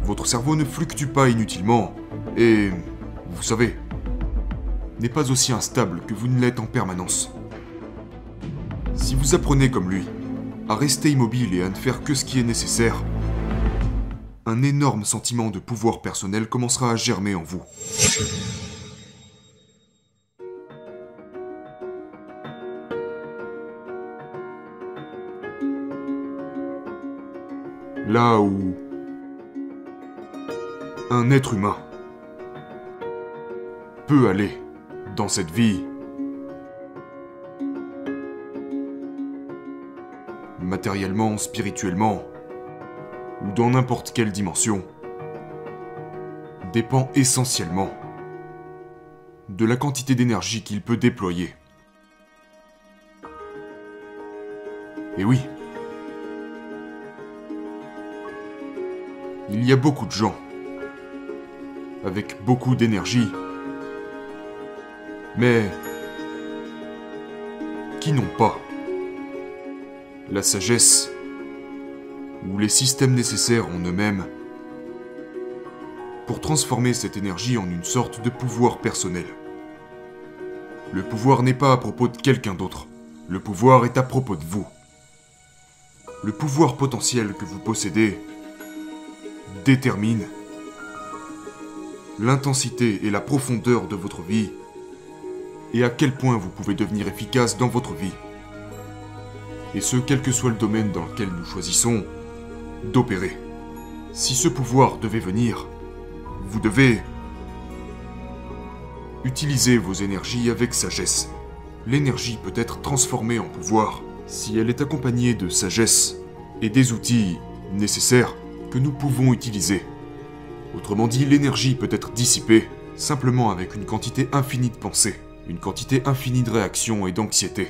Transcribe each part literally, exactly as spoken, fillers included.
Votre cerveau ne fluctue pas inutilement, et, vous savez, n'est pas aussi instable que vous ne l'êtes en permanence. Si vous apprenez comme lui, à rester immobile et à ne faire que ce qui est nécessaire, un énorme sentiment de pouvoir personnel commencera à germer en vous. Là où un être humain peut aller dans cette vie, matériellement, spirituellement, ou dans n'importe quelle dimension, dépend essentiellement de la quantité d'énergie qu'il peut déployer. Et oui, il y a beaucoup de gens avec beaucoup d'énergie, mais qui n'ont pas la sagesse ou les systèmes nécessaires en eux-mêmes pour transformer cette énergie en une sorte de pouvoir personnel. Le pouvoir n'est pas à propos de quelqu'un d'autre, le pouvoir est à propos de vous. Le pouvoir potentiel que vous possédez détermine l'intensité et la profondeur de votre vie et à quel point vous pouvez devenir efficace dans votre vie. Et ce, quel que soit le domaine dans lequel nous choisissons d'opérer. Si ce pouvoir devait venir, vous devez utiliser vos énergies avec sagesse. L'énergie peut être transformée en pouvoir si elle est accompagnée de sagesse et des outils nécessaires que nous pouvons utiliser. Autrement dit, l'énergie peut être dissipée simplement avec une quantité infinie de pensée, une quantité infinie de réactions et d'anxiété.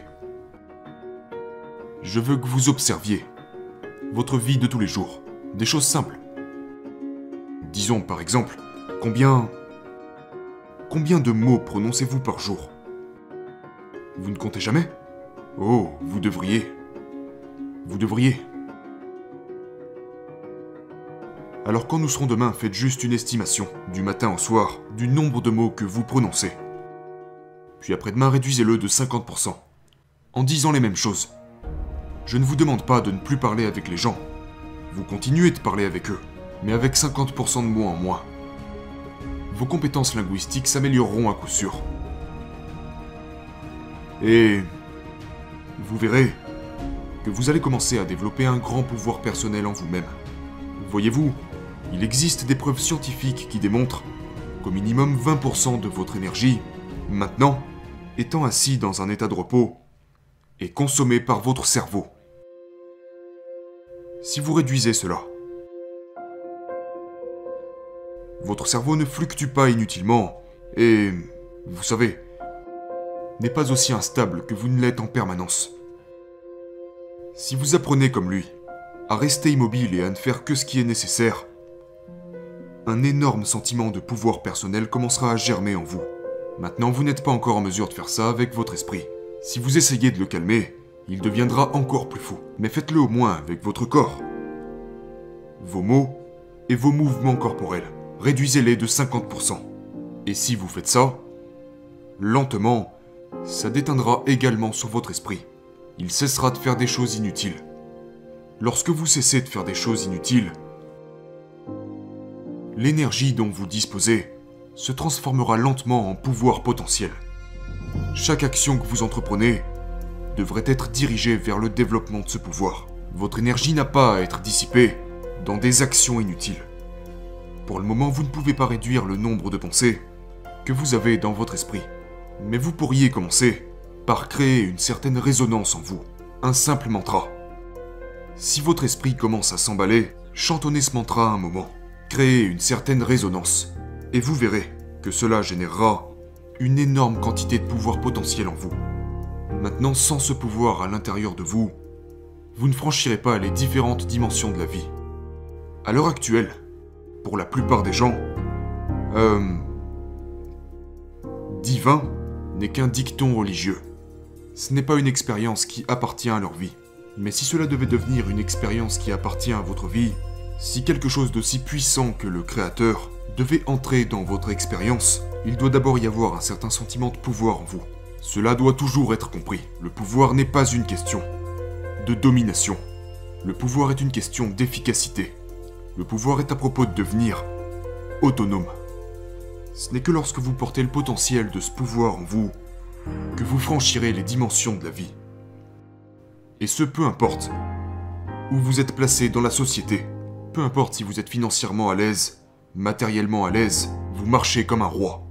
Je veux que vous observiez votre vie de tous les jours, des choses simples. Disons par exemple, combien... Combien de mots prononcez-vous par jour? Vous ne comptez jamais? Oh, vous devriez. Vous devriez. Alors quand nous serons demain, faites juste une estimation, du matin au soir, du nombre de mots que vous prononcez. Puis après-demain, réduisez-le de cinquante pour cent, en disant les mêmes choses. Je ne vous demande pas de ne plus parler avec les gens. Vous continuez de parler avec eux, mais avec cinquante pour cent de mots en moins. Vos compétences linguistiques s'amélioreront à coup sûr. Et vous verrez que vous allez commencer à développer un grand pouvoir personnel en vous-même. Voyez-vous, il existe des preuves scientifiques qui démontrent qu'au minimum vingt pour cent de votre énergie, maintenant, étant assis dans un état de repos, est consommée par votre cerveau. Si vous réduisez cela, votre cerveau ne fluctue pas inutilement et, vous savez, n'est pas aussi instable que vous ne l'êtes en permanence. Si vous apprenez comme lui à rester immobile et à ne faire que ce qui est nécessaire, un énorme sentiment de pouvoir personnel commencera à germer en vous. Maintenant, vous n'êtes pas encore en mesure de faire ça avec votre esprit. Si vous essayez de le calmer, il deviendra encore plus fou. Mais faites-le au moins avec votre corps. Vos mots et vos mouvements corporels. Réduisez-les de cinquante pour cent. Et si vous faites ça, lentement, ça déteindra également sur votre esprit. Il cessera de faire des choses inutiles. Lorsque vous cessez de faire des choses inutiles, l'énergie dont vous disposez se transformera lentement en pouvoir potentiel. Chaque action que vous entreprenez devrait être dirigée vers le développement de ce pouvoir. Votre énergie n'a pas à être dissipée dans des actions inutiles. Pour le moment, vous ne pouvez pas réduire le nombre de pensées que vous avez dans votre esprit. Mais vous pourriez commencer par créer une certaine résonance en vous, un simple mantra. Si votre esprit commence à s'emballer, chantonnez ce mantra un moment. Créez une certaine résonance, et vous verrez que cela générera une énorme quantité de pouvoir potentiel en vous. Maintenant, sans ce pouvoir à l'intérieur de vous, vous ne franchirez pas les différentes dimensions de la vie. À l'heure actuelle, pour la plupart des gens, euh, divin n'est qu'un dicton religieux. Ce n'est pas une expérience qui appartient à leur vie. Mais si cela devait devenir une expérience qui appartient à votre vie, Si quelque chose d'aussi puissant que le Créateur devait entrer dans votre expérience, il doit d'abord y avoir un certain sentiment de pouvoir en vous. Cela doit toujours être compris. Le pouvoir n'est pas une question de domination. Le pouvoir est une question d'efficacité. Le pouvoir est à propos de devenir autonome. Ce n'est que lorsque vous portez le potentiel de ce pouvoir en vous que vous franchirez les dimensions de la vie. Et ce, peu importe où vous êtes placé dans la société. Peu importe si vous êtes financièrement à l'aise, matériellement à l'aise, vous marchez comme un roi.